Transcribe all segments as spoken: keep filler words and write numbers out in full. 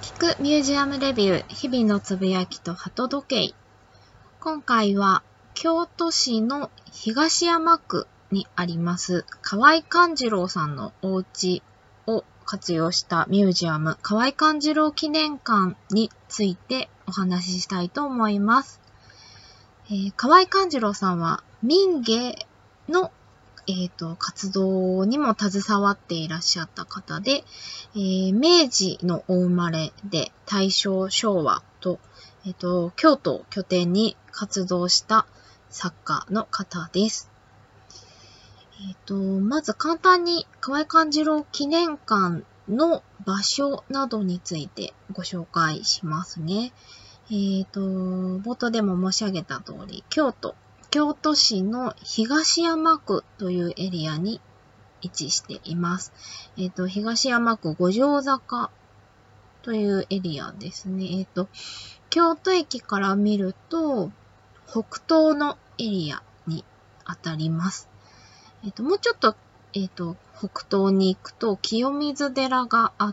聞くミュージアムレビュー、日々のつぶやきと鳩時計。今回は京都市の東山区にあります河合勘次郎さんのお家を活用したミュージアム河合勘次郎記念館についてお話ししたいと思います。えー、河合勘次郎さんは民芸のえーと、活動にも携わっていらっしゃった方で、えー、明治のお生まれで大正昭和と、えーと、京都を拠点に活動した作家の方です。えーと、まず簡単に河合勘次郎記念館の場所などについてご紹介しますね。えーと、冒頭でも申し上げた通り、京都京都市の東山区というエリアに位置しています。えっと、東山区五条坂というエリアですね。えっと、京都駅から見ると、北東のエリアに当たります。えっと、もうちょっと、えっと、北東に行くと、清水寺があって、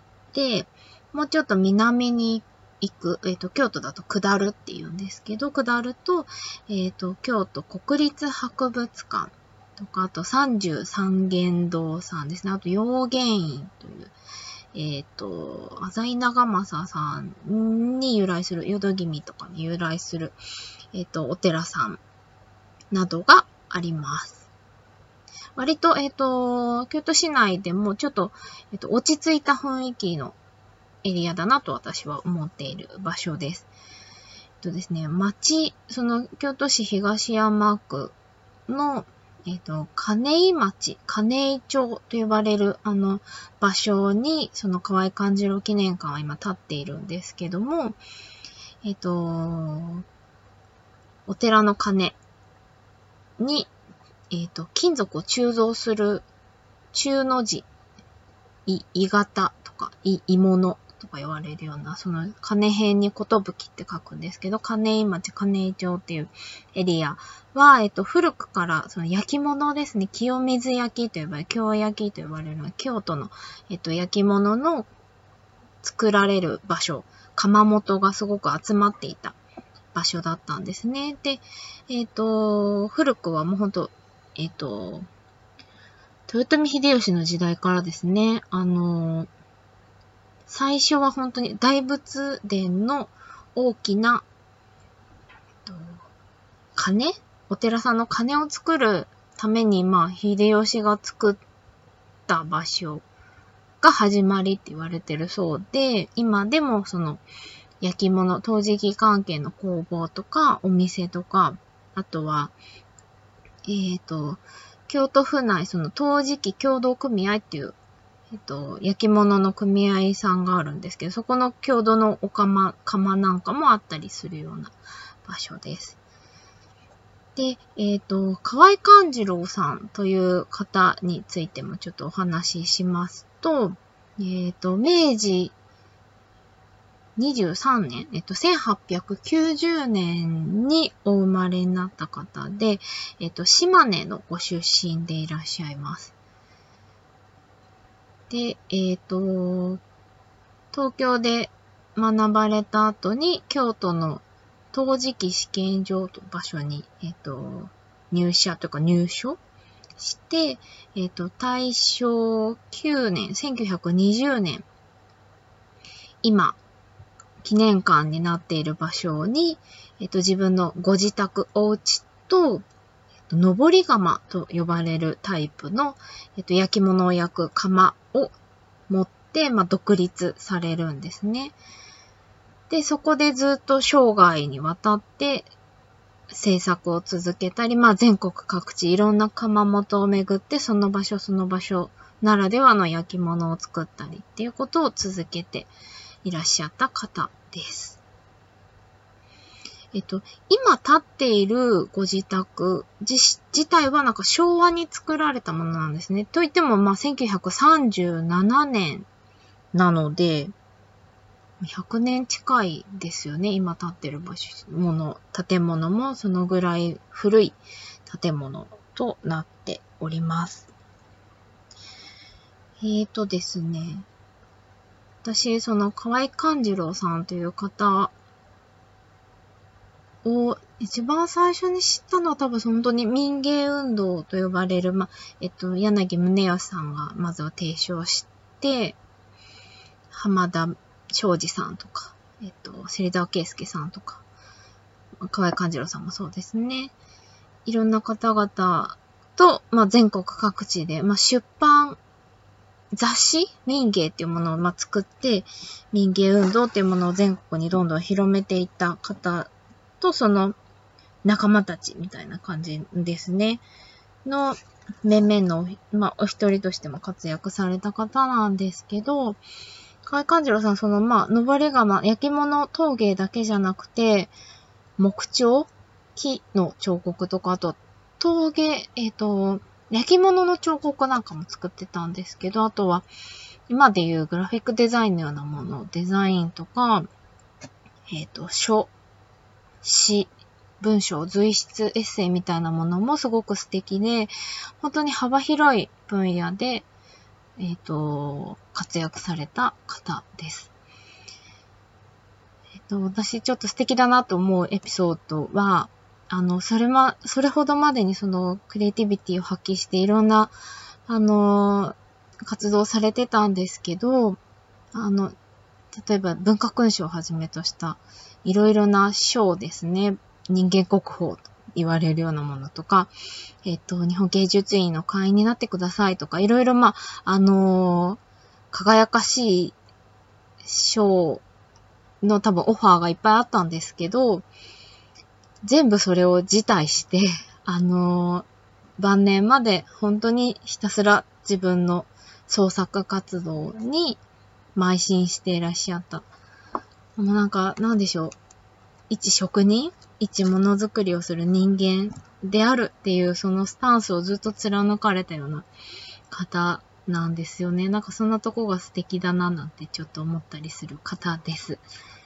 もうちょっと南に行く行く、えっと、京都だと下るって言うんですけど、下ると、えっと、京都国立博物館とか、あと三十三間堂さんですね。あと、陽源院という、えっと、浅井長政さんに由来する、淀君とかに由来する、えっと、お寺さんなどがあります。割と、えっと、京都市内でもちょっと、えっと、落ち着いた雰囲気のエリアだなと私は思っている場所です。えっとですね、町、その京都市東山区の、えっと、金井町、金井町と呼ばれるあの場所に、その河合勘次郎記念館は今立っているんですけども、えっと、お寺の鐘に、えっと、金属を鋳造する鋳の字、い、鋳型とか、い、鋳物とか言われるような、その金辺に寿って書くんですけど、金井町、金井町っていうエリアは、えっと、古くからその焼き物ですね、清水焼きと呼ばれる、京焼きと呼ばれるのは、京都の、えっと、焼き物の作られる場所、窯元がすごく集まっていた場所だったんですね。で、えっと、古くはもうほんと、えっと、豊臣秀吉の時代からですね、あの、最初は本当に大仏殿の大きな、鐘お寺さんの鐘を作るために、まあ、秀吉が作った場所が始まりって言われてるそうで、今でもその焼き物、陶磁器関係の工房とかお店とか、あとは、えっと、京都府内、その陶磁器協同組合っていう、えっと、焼き物の組合さんがあるんですけど、そこの郷土のお釜、釜なんかもあったりするような場所です。で、えっと、河合勘次郎さんという方についてもちょっとお話ししますと、えっと、明治にじゅうさんねん、えっと、せんはっぴゃくきゅうじゅうねんにお生まれになった方で、えっと、島根のご出身でいらっしゃいます。で、えっと、東京で学ばれた後に、京都の陶磁器試験場という場所に、えっと、入社というか入所して、えっと、大正きゅうねん、せんきゅうひゃくにじゅうねん、今、記念館になっている場所に、えっと、自分のご自宅、お家と、登り窯と呼ばれるタイプの、えっと、焼き物を焼く窯を持って、まあ、独立されるんですね。で、そこでずっと生涯にわたって制作を続けたり、まあ、全国各地いろんな窯元を巡って、その場所その場所ならではの焼き物を作ったりっていうことを続けていらっしゃった方です。えっと、今建っているご自宅 自, 自体はなんか昭和に作られたものなんですね。といっても、まあ、せんきゅうひゃくさんじゅうななねんなので、ひゃくねん近いですよね。今建ってる場所、もの、建物もそのぐらい古い建物となっております。えーとですね。 私、その河合勘次郎さんという方を一番最初に知ったのは多分本当に民芸運動と呼ばれる、まあ、えっと、柳宗悦さんがまずは提唱して、浜田庄司さんとか、えっと、芹沢圭介さんとか、河合勘次郎さんもそうですね。いろんな方々と、まあ、全国各地で、まあ、出版、雑誌民芸っていうものをまあ作って、民芸運動っていうものを全国にどんどん広めていった方と、その仲間たちみたいな感じですね。の面々の、まあ、お一人としても活躍された方なんですけど、河合勘次郎さん、その、まあ、登り窯、焼き物陶芸だけじゃなくて、木彫、木の彫刻とか、あと、陶芸、えっと、焼き物の彫刻なんかも作ってたんですけど、あとは、今でいうグラフィックデザインのようなもの、デザインとか、えっと、書、詩、文章、随筆、エッセイみたいなものもすごく素敵で、本当に幅広い分野で、えっと、活躍された方です。えっと、私ちょっと素敵だなと思うエピソードは、あの、それま、それほどまでにそのクリエイティビティを発揮していろんな、あの、活動されてたんですけど、あの、例えば文化勲章をはじめとしたいろいろな賞ですね、人間国宝と言われるようなものとか、えっと、日本芸術院の会員になってくださいとか、いろいろまあ、あのー、輝かしい賞の多分オファーがいっぱいあったんですけど、全部それを辞退して、あのー、晩年まで本当にひたすら自分の創作活動に邁進していらっしゃった。もうなんか、なんでしょう。一職人、一ものづくりをする人間であるっていうそのスタンスをずっと貫かれたような方なんですよね。なんかそんなとこが素敵だななんてちょっと思ったりする方です。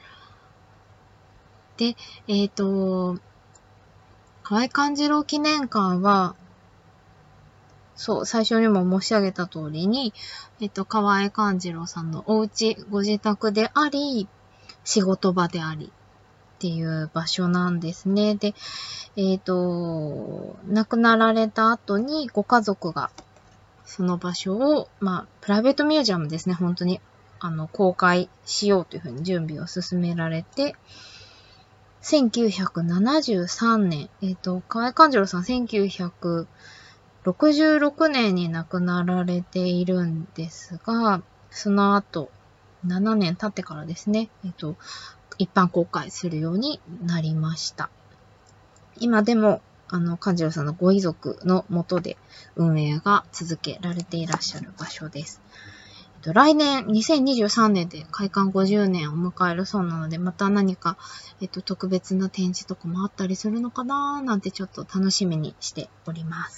で、えっと、河合勘次郎記念館は、そう、最初にも申し上げた通りに、えっと、河合勘次郎さんのお家、ご自宅であり、仕事場であり、っていう場所なんですね。で、えっと、亡くなられた後にご家族がその場所を、まあ、プライベートミュージアムですね、本当に、あの、公開しようというふうに準備を進められて、せんきゅうひゃくななじゅうさんねん、えっと、河合勘次郎さんせんきゅうひゃくろくじゅうろくねんに亡くなられているんですが、その後、ななねん経ってからですね、えっと、一般公開するようになりました。今でも、あの、勘次郎さんのご遺族の下で運営が続けられていらっしゃる場所です。えっと、来年、にせんにじゅうさんねんで開館ごじゅうねんを迎えるそうなので、また何か、えっと、特別な展示とかもあったりするのかなーなんてちょっと楽しみにしております。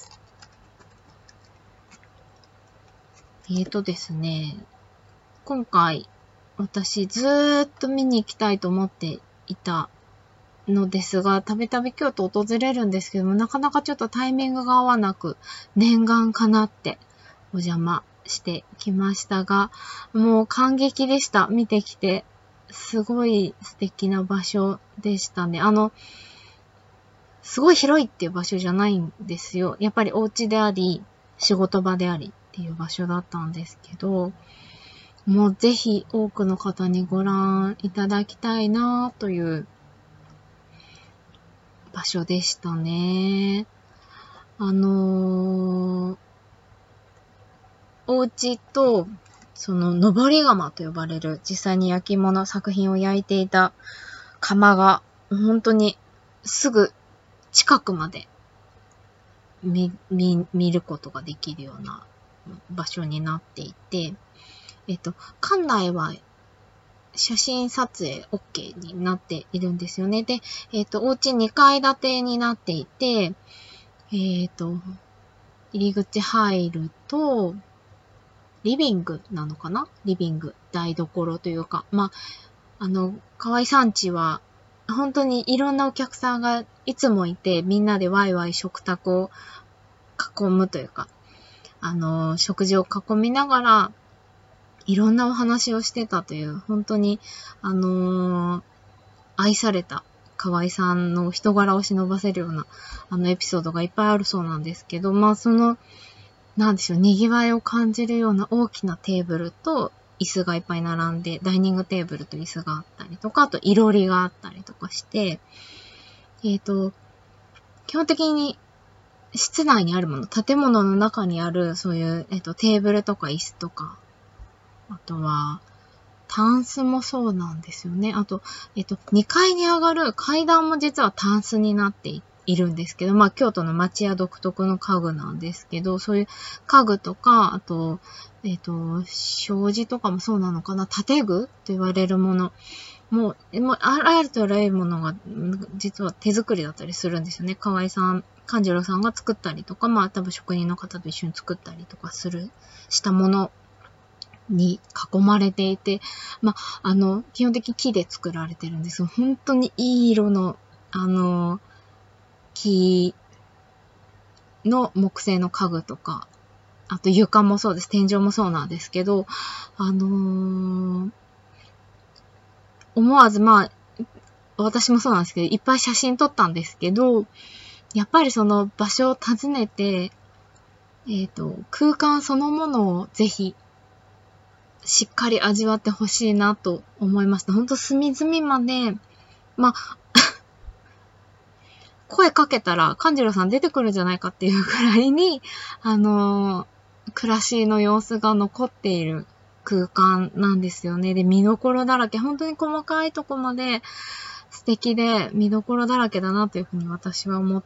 えっとですね、今回、私ずーっと見に行きたいと思っていたのですが、たびたび京都訪れるんですけども、なかなかちょっとタイミングが合わなく、念願かなってお邪魔してきましたが、もう感激でした。見てきて、すごい素敵な場所でしたね。あの、すごい広いっていう場所じゃないんですよ。やっぱりお家であり、仕事場でありっていう場所だったんですけど、もうぜひ多くの方にご覧いただきたいなという場所でしたね。あのー、お家と、その、登り窯と呼ばれる、実際に焼き物作品を焼いていた窯が、本当にすぐ近くまで見、見、見ることができるような場所になっていて、えっと、館内は写真撮影 OK になっているんですよね。で、えっと、お家にかい建てになっていて、えっと、入り口入ると、リビングなのかな？リビング、台所というか、まあ、あの、河合さん家は、本当にいろんなお客さんがいつもいて、みんなでワイワイ食卓を囲むというか、あの、食事を囲みながら、 いろんなお話をしてたという、本当に、あのー、愛された河合さんの人柄を忍ばせるような、あのエピソードがいっぱいあるそうなんですけど、まあその、なんでしょう、賑わいを感じるような大きなテーブルと椅子がいっぱい並んで、ダイニングテーブルと椅子があったりとか、あといろりがあったりとかして、えっと、基本的に室内にあるもの、建物の中にある、そういう、えっと、テーブルとか椅子とか、あとは、タンスもそうなんですよね。あと、えっと、にかいに上がる階段も実はタンスになっているんですけど、まあ、京都の町屋独特の家具なんですけど、そういう家具とか、あと、えっと、障子とかもそうなのかな、建具と言われるもの、もう、もうあらゆるとあらゆるものが、実は手作りだったりするんですよね。河合さん、勘次郎さんが作ったりとか、まあ、多分職人の方と一緒に作ったりとかする、したものに囲まれていて、まあ、あの、基本的に木で作られてるんですが、本当にいい色の、あの、木の木製の家具とか、あと床もそうです。天井もそうなんですけど、あのー、思わず、まあ、私もそうなんですけど、いっぱい写真撮ったんですけど、やっぱりその場所を訪ねて、えっと、空間そのものをぜひ、しっかり味わってほしいなと思いました。ほんと隅々まで、まあ、声かけたら、勘次郎さん出てくるんじゃないかっていうくらいに、あのー、暮らしの様子が残っている空間なんですよね。で、見どころだらけ、本当に細かいとこまで素敵で見どころだらけだなというふうに私は思って、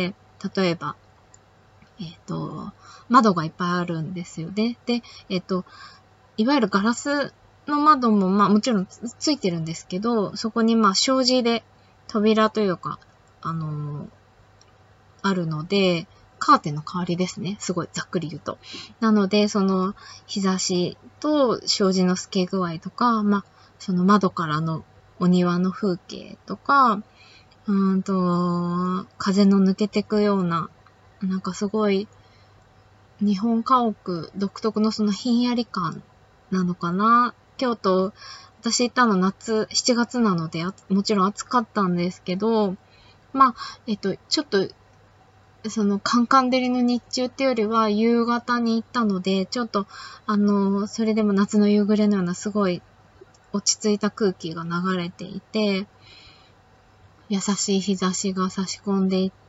例えば、えっと、窓がいっぱいあるんですよね。で、えっと、いわゆるガラスの窓も、まあもちろんつついてるんですけど、そこにまあ障子で扉というか、あのー、あるので、カーテンの代わりですね。すごいざっくり言うと。なので、その日差しと障子の透け具合とか、まあ、その窓からのお庭の風景とか、うーんと、風の抜けてくような、なんかすごい、日本家屋独特のそのひんやり感なのかな。京都、私行ったの夏、しちがつなので、もちろん暑かったんですけど、まあ、えっと、ちょっと、その、カンカン照りの日中っていうよりは、夕方に行ったので、ちょっと、あの、それでも夏の夕暮れのようなすごい落ち着いた空気が流れていて、優しい日差しが差し込んでいって、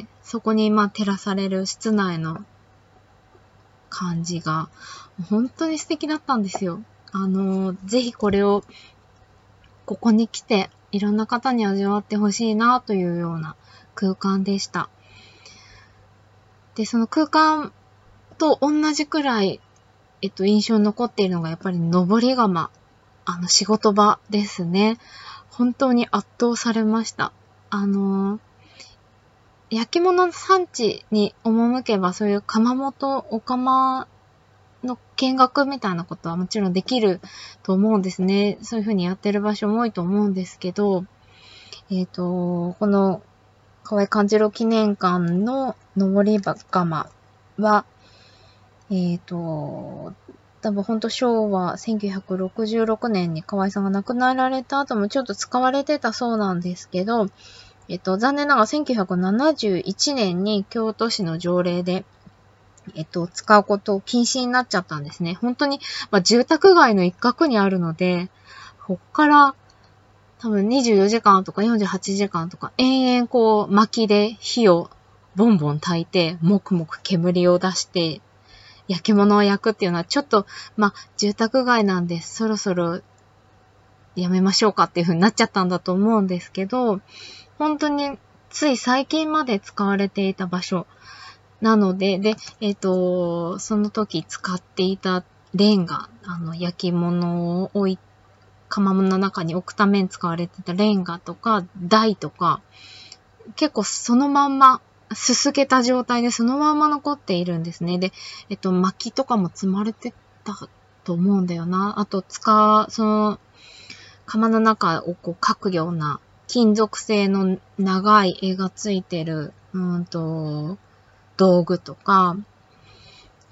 そこにまあ照らされる室内の感じが本当に素敵だったんですよ。あの、ぜひこれをここに来ていろんな方に味わってほしいなというような空間でした。で、その空間と同じくらい、えっと、印象に残っているのがやっぱり登り窯、あの仕事場ですね。本当に圧倒されました。あの、焼き物の産地に赴けばそういう窯元、お窯の見学みたいなことはもちろんできると思うんですね。そういうふうにやってる場所も多いと思うんですけど、えっと、この河合勘次郎記念館の登り窯は、えっと、多分ほんと昭和せんきゅうひゃくろくじゅうろくねんに河合さんが亡くなられた後もちょっと使われてたそうなんですけど、えっと、残念ながらせんきゅうひゃくななじゅういちねんに京都市の条例で、えっと、使うことを禁止になっちゃったんですね。本当に、まあ、住宅街の一角にあるので、こっから多分にじゅうよじかんとかよんじゅうはちじかんとか延々こう薪で火をボンボン焚いて、もくもく煙を出して、焼き物を焼くっていうのはちょっと、まあ、住宅街なんでそろそろやめましょうかっていう風になっちゃったんだと思うんですけど、本当につい最近まで使われていた場所なので、で、えっと、その時使っていたレンガ、あの、焼き物を置い、窯の中に置くために使われてたレンガとか台とか、結構そのまんま、すすけた状態でそのまんま残っているんですね。で、えっと、薪とかも積まれてたと思うんだよな。あと、使う、その、窯の中をこう描くような金属製の長い絵がついてる、うんと、道具とか、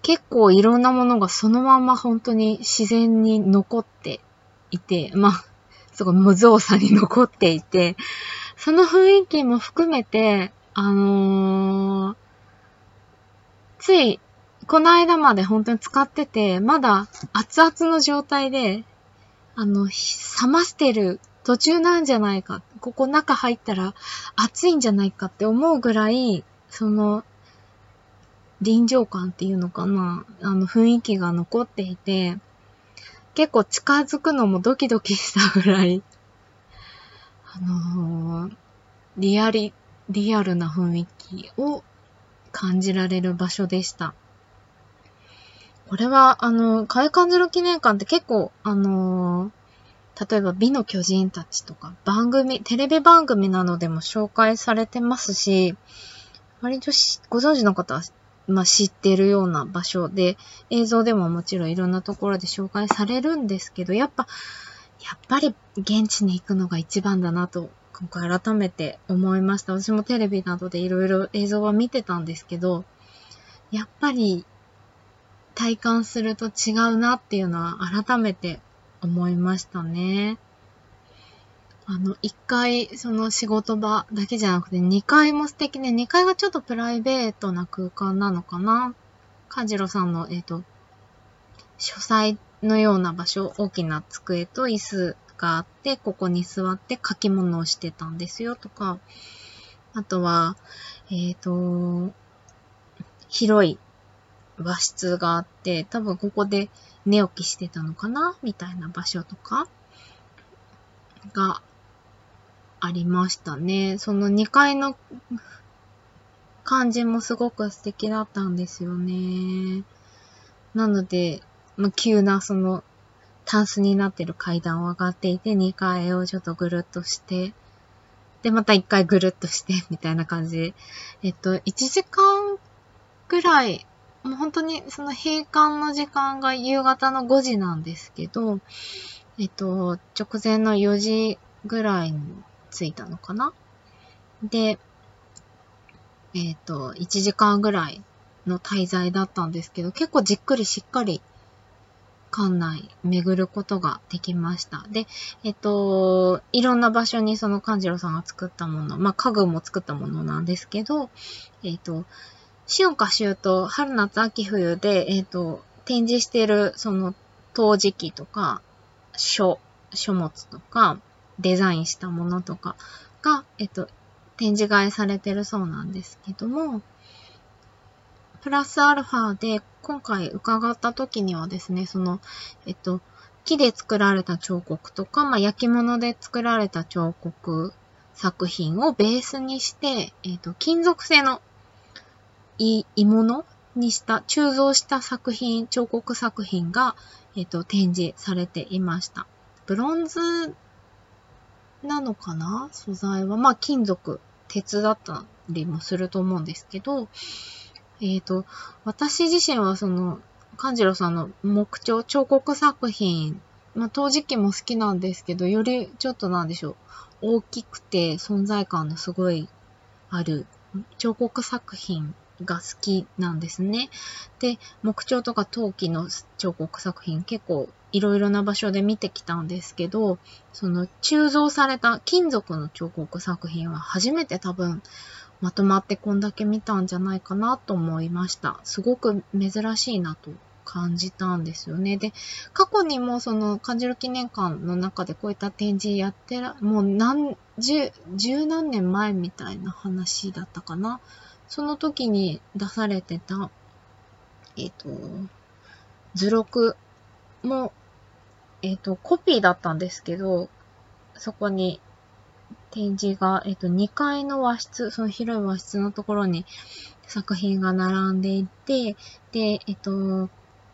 結構いろんなものがそのまま本当に自然に残っていて、まあ、すごい無造作に残っていて、その雰囲気も含めて、あのー、つい、この間まで本当に使ってて、まだ熱々の状態で、あの、冷ましてる途中なんじゃないか。ここ中入ったら熱いんじゃないかって思うぐらい、その、臨場感っていうのかな、あの雰囲気が残っていて、結構近づくのもドキドキしたぐらい、あのー、リアリ、リアルな雰囲気を感じられる場所でした。これは、あの、河合勘次郎記念館って結構、あのー、例えば美の巨人たちとか番組、テレビ番組などでも紹介されてますし、割とご存知の方は、まあ、知ってるような場所で、映像でももちろんいろんなところで紹介されるんですけど、やっぱ、やっぱり現地に行くのが一番だなと、今回改めて思いました。私もテレビなどでいろいろ映像は見てたんですけど、やっぱり体感すると違うなっていうのは改めて思いましたね。あの、一階、その仕事場だけじゃなくて、二階も素敵で、二階がちょっとプライベートな空間なのかな。勘次郎さんの、えっと、書斎のような場所、大きな机と椅子があって、ここに座って書き物をしてたんですよとか、あとは、えっと、広い和室があって、多分ここで寝起きしてたのかなみたいな場所とかがありましたね。そのにかいの感じもすごく素敵だったんですよね。なので、まあ、急なそのタンスになってる階段を上がっていて、にかいをちょっとぐるっとして、で、またいっかいぐるっとして、みたいな感じで、えっと、いちじかんぐらい、もう本当にその閉館の時間が夕方のごじなんですけど、えっと、直前のよじぐらいに着いたのかな。で、えっと、いちじかんぐらいの滞在だったんですけど、結構じっくりしっかり館内巡ることができました。で、えっと、いろんな場所にその勘次郎さんが作ったもの、まあ家具も作ったものなんですけど、えっと、春夏秋冬、春夏秋冬で、えっと、展示しているその陶磁器とか、書、書物とか、デザインしたものとかが、えっと、展示会されてるそうなんですけども、プラスアルファで今回伺った時にはですね、その、えっと、木で作られた彫刻とか、まあ、焼き物で作られた彫刻作品をベースにして、えっと、金属製の鋳物にした、鋳造した作品、彫刻作品が、えっと、展示されていました。ブロンズなのかな？素材は。まあ、金属、鉄だったりもすると思うんですけど、えっと、私自身はその、勘次郎さんの木彫、彫刻作品、まあ、陶磁器も好きなんですけど、よりちょっとなんでしょう、大きくて存在感のすごいある彫刻作品が好きなんですね。で、木彫とか陶器の彫刻作品結構いろいろな場所で見てきたんですけど、その鋳造された金属の彫刻作品は初めて多分まとまってこんだけ見たんじゃないかなと思いました。すごく珍しいなと感じたんですよね。で、過去にもその勘次郎記念館の中でこういった展示やってら、もう何十、十何年前みたいな話だったかな。その時に出されてた、えっと、図録も、えっと、コピーだったんですけど、そこに展示が、えっと、にかいの和室、その広い和室のところに作品が並んでいて、で、えっと、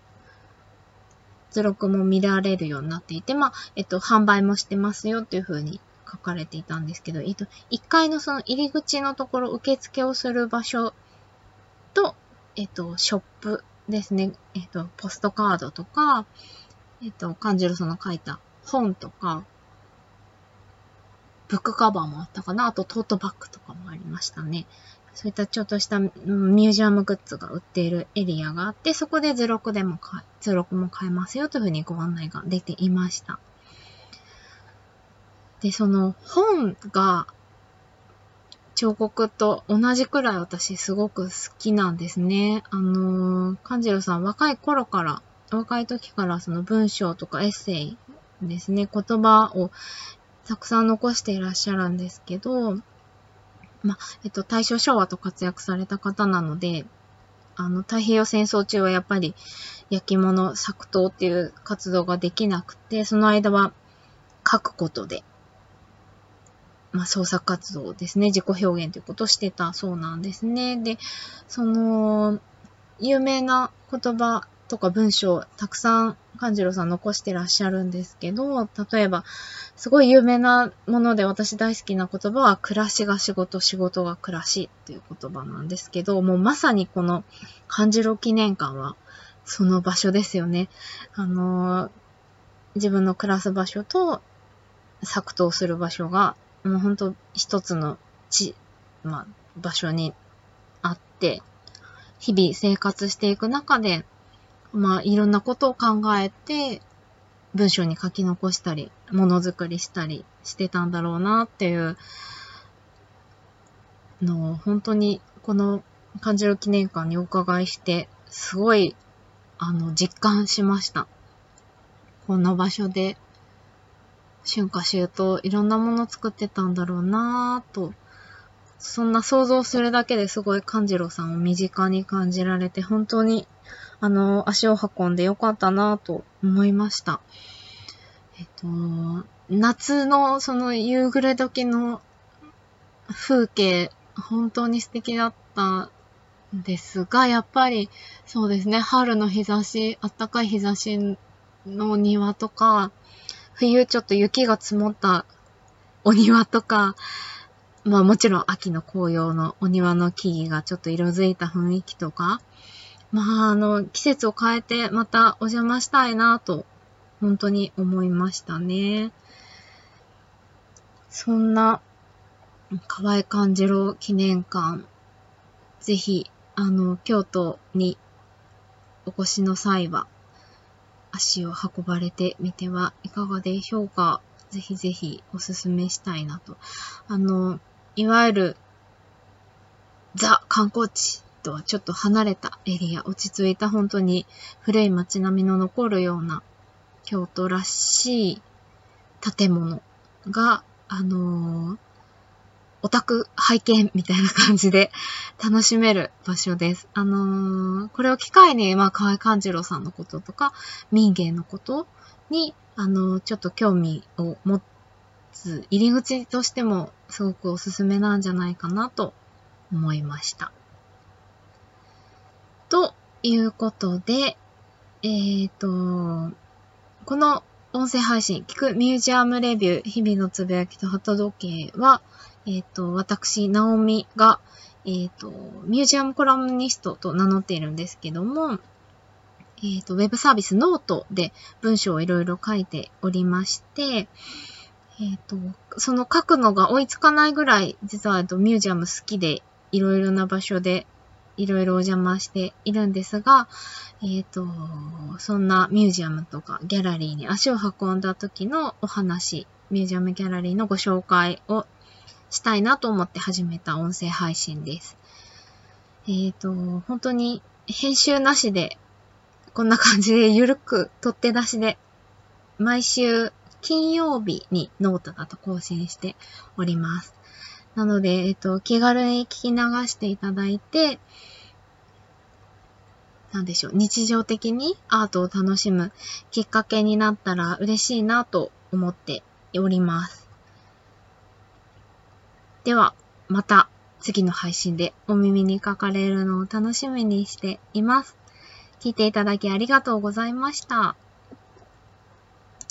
図録も見られるようになっていて、まあ、えっと、販売もしてますよっていう風に書かれていたんですけど、えっと、いっかいのその入り口のところ、受付をする場所と、えっと、ショップですね、えっと、ポストカードとか、えっと、勘次郎さんの書いた本とか、ブックカバーもあったかな。あとトートバッグとかもありましたね。 そういったちょっとしたミュージアムグッズが売っているエリアがあって、そこで図録でも買え、図録も買えますよというふうにご案内が出ていました。で、その本が彫刻と同じくらい私すごく好きなんですね。あのー、勘次郎さん若い頃から、若い時からその文章とかエッセイですね、言葉をたくさん残していらっしゃるんですけど、まあ、えっと、大正昭和と活躍された方なので、あの、太平洋戦争中はやっぱり焼き物、作刀っていう活動ができなくて、その間は書くことで、まあ、創作活動ですね、自己表現ということをしてたそうなんですね。で、その、有名な言葉とか文章をたくさん勘次郎さん残してらっしゃるんですけど、例えば、すごい有名なもので私大好きな言葉は、暮らしが仕事、仕事が暮らしっていう言葉なんですけど、もうまさにこの勘次郎記念館はその場所ですよね。あの、自分の暮らす場所と作刀する場所が、もう本当一つの地、まあ、場所にあって、日々生活していく中で、まあ、いろんなことを考えて、文章に書き残したり、ものづくりしたりしてたんだろうなっていうのを、本当にこの勘次郎記念館にお伺いして、すごい、あの、実感しました。この場所で、春夏秋冬、いろんなもの作ってたんだろうなぁと、そんな想像するだけですごい勘次郎さんを身近に感じられて、本当に、あの、足を運んでよかったなぁと思いました。えっと、夏のその夕暮れ時の風景、本当に素敵だったんですが、やっぱりそうですね、春の日差し、暖かい日差しの庭とか、冬ちょっと雪が積もったお庭とか、まあもちろん秋の紅葉のお庭の木々がちょっと色づいた雰囲気とか、まああの季節を変えてまたお邪魔したいなと本当に思いましたね。そんな河合勘次郎記念館、ぜひあの京都にお越しの際は足を運ばれてみてはいかがでしょうか。ぜひぜひおすすめしたいなと。あの、いわゆるザ観光地とはちょっと離れたエリア、落ち着いた本当に古い街並みの残るような京都らしい建物が、あのー、オタク拝見みたいな感じで楽しめる場所です。あのー、これを機会に、まあ、河合勘次郎さんのこととか、民芸のことに、あのー、ちょっと興味を持つ入り口としてもすごくおすすめなんじゃないかなと思いました。ということで、えっと、この音声配信、聞くミュージアムレビュー、日々のつぶやきと鳩時計は、えっと、私、ナオミが、えっと、ミュージアムコラムニストと名乗っているんですけども、えっと、ウェブサービスノートで文章をいろいろ書いておりまして、えっと、その書くのが追いつかないぐらい、実はミュージアム好きで、いろいろな場所でいろいろお邪魔しているんですが、えっと、そんなミュージアムとかギャラリーに足を運んだ時のお話、ミュージアムギャラリーのご紹介をしたいなと思って始めた音声配信です。えっと、本当に編集なしで、こんな感じでゆるく取って出しで、毎週金曜日にノートだと更新しております。なので、えっと、気軽に聞き流していただいて、なんでしょう、日常的にアートを楽しむきっかけになったら嬉しいなと思っております。では、また次の配信でお耳にかかれるのを楽しみにしています。聞いていただきありがとうございました。